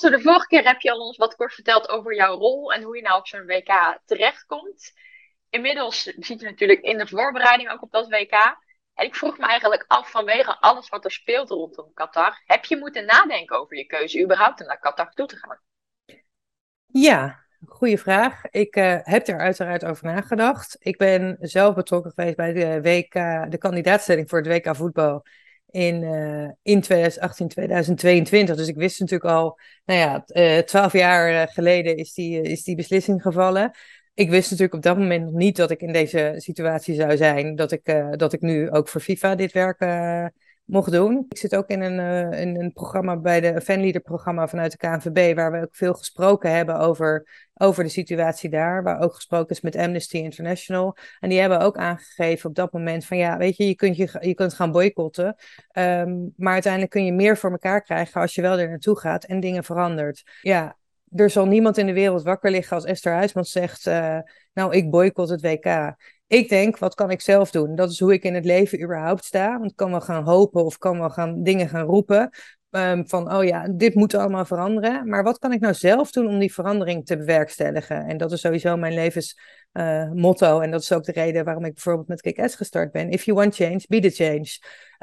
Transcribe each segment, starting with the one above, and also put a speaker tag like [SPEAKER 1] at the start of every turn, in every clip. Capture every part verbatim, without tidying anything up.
[SPEAKER 1] Esther, de vorige keer heb je al ons wat kort verteld over jouw rol en hoe je nou op zo'n W K terechtkomt. Inmiddels zit je natuurlijk in de voorbereiding ook op dat W K. En ik vroeg me eigenlijk af, vanwege alles wat er speelt rondom Qatar, heb je moeten nadenken over je keuze überhaupt om naar Qatar toe te gaan?
[SPEAKER 2] Ja, goede vraag. Ik eh, heb er uiteraard over nagedacht. Ik ben zelf betrokken geweest bij de W K, de kandidaatstelling voor het W K voetbal in, eh, in twintig achttien, tweeduizend tweeëntwintig. Dus ik wist natuurlijk al, nou ja, eh, twaalf jaar eh, geleden is die, eh, is die beslissing gevallen. Ik wist natuurlijk op dat moment nog niet dat ik in deze situatie zou zijn, dat ik, eh, dat ik nu ook voor FIFA dit werk eh, mocht doen. Ik zit ook in een, eh, in een programma bij de fanleader programma vanuit de K N V B, waar we ook veel gesproken hebben over, over de situatie daar, waar ook gesproken is met Amnesty International. En die hebben ook aangegeven op dat moment van ja, weet je, je kunt, je, je kunt gaan boycotten, ehm, maar uiteindelijk kun je meer voor elkaar krijgen als je wel er naartoe gaat en dingen verandert. Ja, er zal niemand in de wereld wakker liggen als Esther Huisman zegt, uh, nou, ik boycott het W K. Ik denk, wat kan ik zelf doen? Dat is hoe ik in het leven überhaupt sta. Want ik kan wel gaan hopen of kan wel gaan dingen gaan roepen. Um, van, oh ja, dit moet allemaal veranderen. Maar wat kan ik nou zelf doen om die verandering te bewerkstelligen? En dat is sowieso mijn levensmotto. Uh, en dat is ook de reden waarom ik bijvoorbeeld met Kick-Ass gestart ben. If you want change, be the change.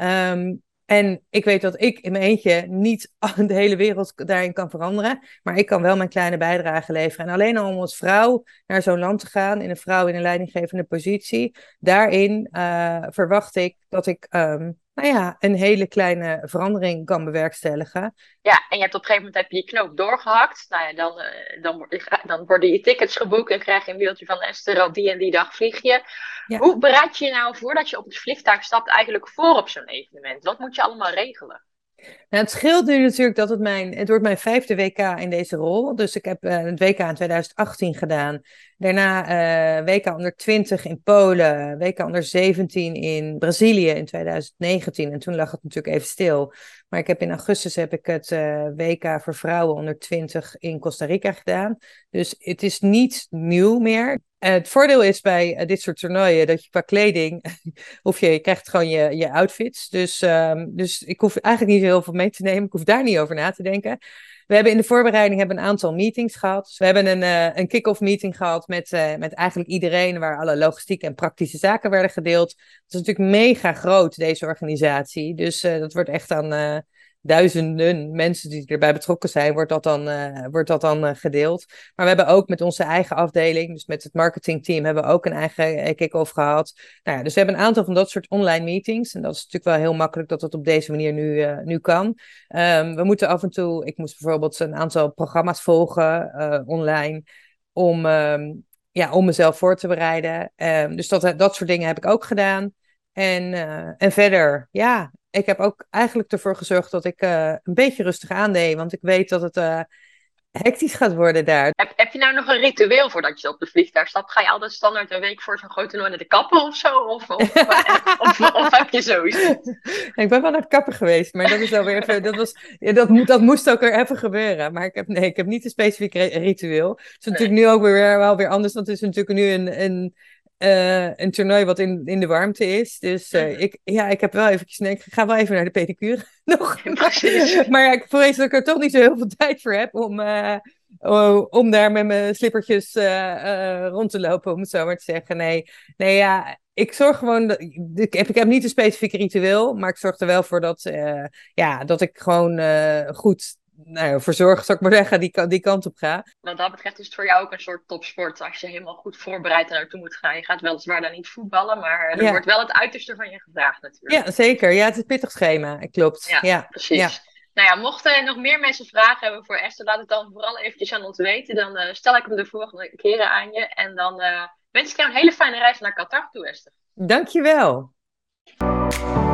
[SPEAKER 2] Um, en ik weet dat ik in mijn eentje niet de hele wereld daarin kan veranderen. Maar ik kan wel mijn kleine bijdrage leveren. En alleen al om als vrouw naar zo'n land te gaan, in een vrouw in een leidinggevende positie. Daarin uh, verwacht ik dat ik um, nou ja, een hele kleine verandering kan bewerkstelligen.
[SPEAKER 1] Ja, en je hebt op een gegeven moment heb je je knoop doorgehakt. Nou ja, dan, uh, dan, dan worden je tickets geboekt en krijg je een mailtje van Esther, op die en die dag vlieg je.
[SPEAKER 2] Ja.
[SPEAKER 1] Hoe bereid je je nou voordat je op het vliegtuig stapt eigenlijk voor op zo'n evenement? Wat moet je allemaal regelen?
[SPEAKER 2] Nou, het scheelt nu natuurlijk dat het mijn, het wordt mijn vijfde W K in deze rol. Dus ik heb uh, het W K in twintig achttien gedaan. Daarna uh, W K onder twintig in Polen. W K onder zeventien in Brazilië in twintig negentien. En toen lag het natuurlijk even stil. Maar ik heb in augustus heb ik het uh, W K voor vrouwen onder twintig in Costa Rica gedaan. Dus het is niet nieuw meer. Uh, het voordeel is bij uh, dit soort toernooien dat je qua kleding, of je, je krijgt gewoon je, je outfits. Dus, um, dus ik hoef eigenlijk niet heel veel mee te nemen. Ik hoef daar niet over na te denken. We hebben in de voorbereiding hebben een aantal meetings gehad. Dus we hebben een, uh, een kick-off meeting gehad met, uh, met eigenlijk iedereen, waar alle logistieke en praktische zaken werden gedeeld. Het is natuurlijk mega groot, deze organisatie. Dus uh, dat wordt echt aan uh, duizenden mensen die erbij betrokken zijn, wordt dat dan, uh, wordt dat dan uh, gedeeld. Maar we hebben ook met onze eigen afdeling, dus met het marketingteam, hebben we ook een eigen kick-off gehad. Nou ja, dus we hebben een aantal van dat soort online meetings. En dat is natuurlijk wel heel makkelijk dat dat op deze manier nu, uh, nu kan. Um, we moeten af en toe, ik moest bijvoorbeeld een aantal programma's volgen uh, online om, um, ja, om mezelf voor te bereiden. Um, dus dat, dat soort dingen heb ik ook gedaan. En, uh, en verder, ja, ik heb ook eigenlijk ervoor gezorgd dat ik uh, een beetje rustig aandeed. Want ik weet dat het uh, hectisch gaat worden daar.
[SPEAKER 1] Heb, heb je nou nog een ritueel voordat je op de vliegtuig stapt? Ga je altijd standaard een week voor zo'n groot toernooi naar de kapper of zo? Of, of, of, of, of heb je zoiets?
[SPEAKER 2] Ik ben wel naar de kapper geweest, maar dat is alweer even. Dat, was, ja, dat, moet, dat moest ook weer even gebeuren. Maar ik heb, nee, ik heb niet een specifiek ritueel. Het is natuurlijk
[SPEAKER 1] Nee.
[SPEAKER 2] nu ook weer wel weer anders. Want het is natuurlijk nu een. een Uh, een toernooi wat in, in de warmte is. Dus uh,
[SPEAKER 1] Mm-hmm.
[SPEAKER 2] ik, ja, ik heb wel eventjes... Nee, ik ga wel even naar de pedicure nog.
[SPEAKER 1] Precies.
[SPEAKER 2] Maar ja, ik vrees dat ik er toch niet zo heel veel tijd voor heb om, uh, uh, om daar met mijn slippertjes uh, uh, rond te lopen, om het zo maar te zeggen. Nee, nee ja, ik zorg gewoon... Dat, ik, heb, ik heb niet een specifiek ritueel, maar ik zorg er wel voor dat, uh, ja, dat ik gewoon uh, goed... Nou, voor zorg, zou ik maar zeggen, die, die kant op ga.
[SPEAKER 1] Wat dat betreft is het voor jou ook een soort topsport. Als je helemaal goed voorbereid naartoe moet gaan. Je gaat weliswaar daar niet voetballen, maar er
[SPEAKER 2] Ja.
[SPEAKER 1] wordt wel het uiterste van je gevraagd natuurlijk.
[SPEAKER 2] Ja, zeker. Ja, het is een pittig schema. Klopt.
[SPEAKER 1] Ja,
[SPEAKER 2] Ja,
[SPEAKER 1] precies.
[SPEAKER 2] ja.
[SPEAKER 1] Nou ja, mochten nog meer mensen vragen hebben voor Esther, laat het dan vooral eventjes aan ons weten. Dan uh, stel ik hem de volgende keren aan je. En dan uh, wens ik jou een hele fijne reis naar Qatar toe, Esther.
[SPEAKER 2] Dankjewel.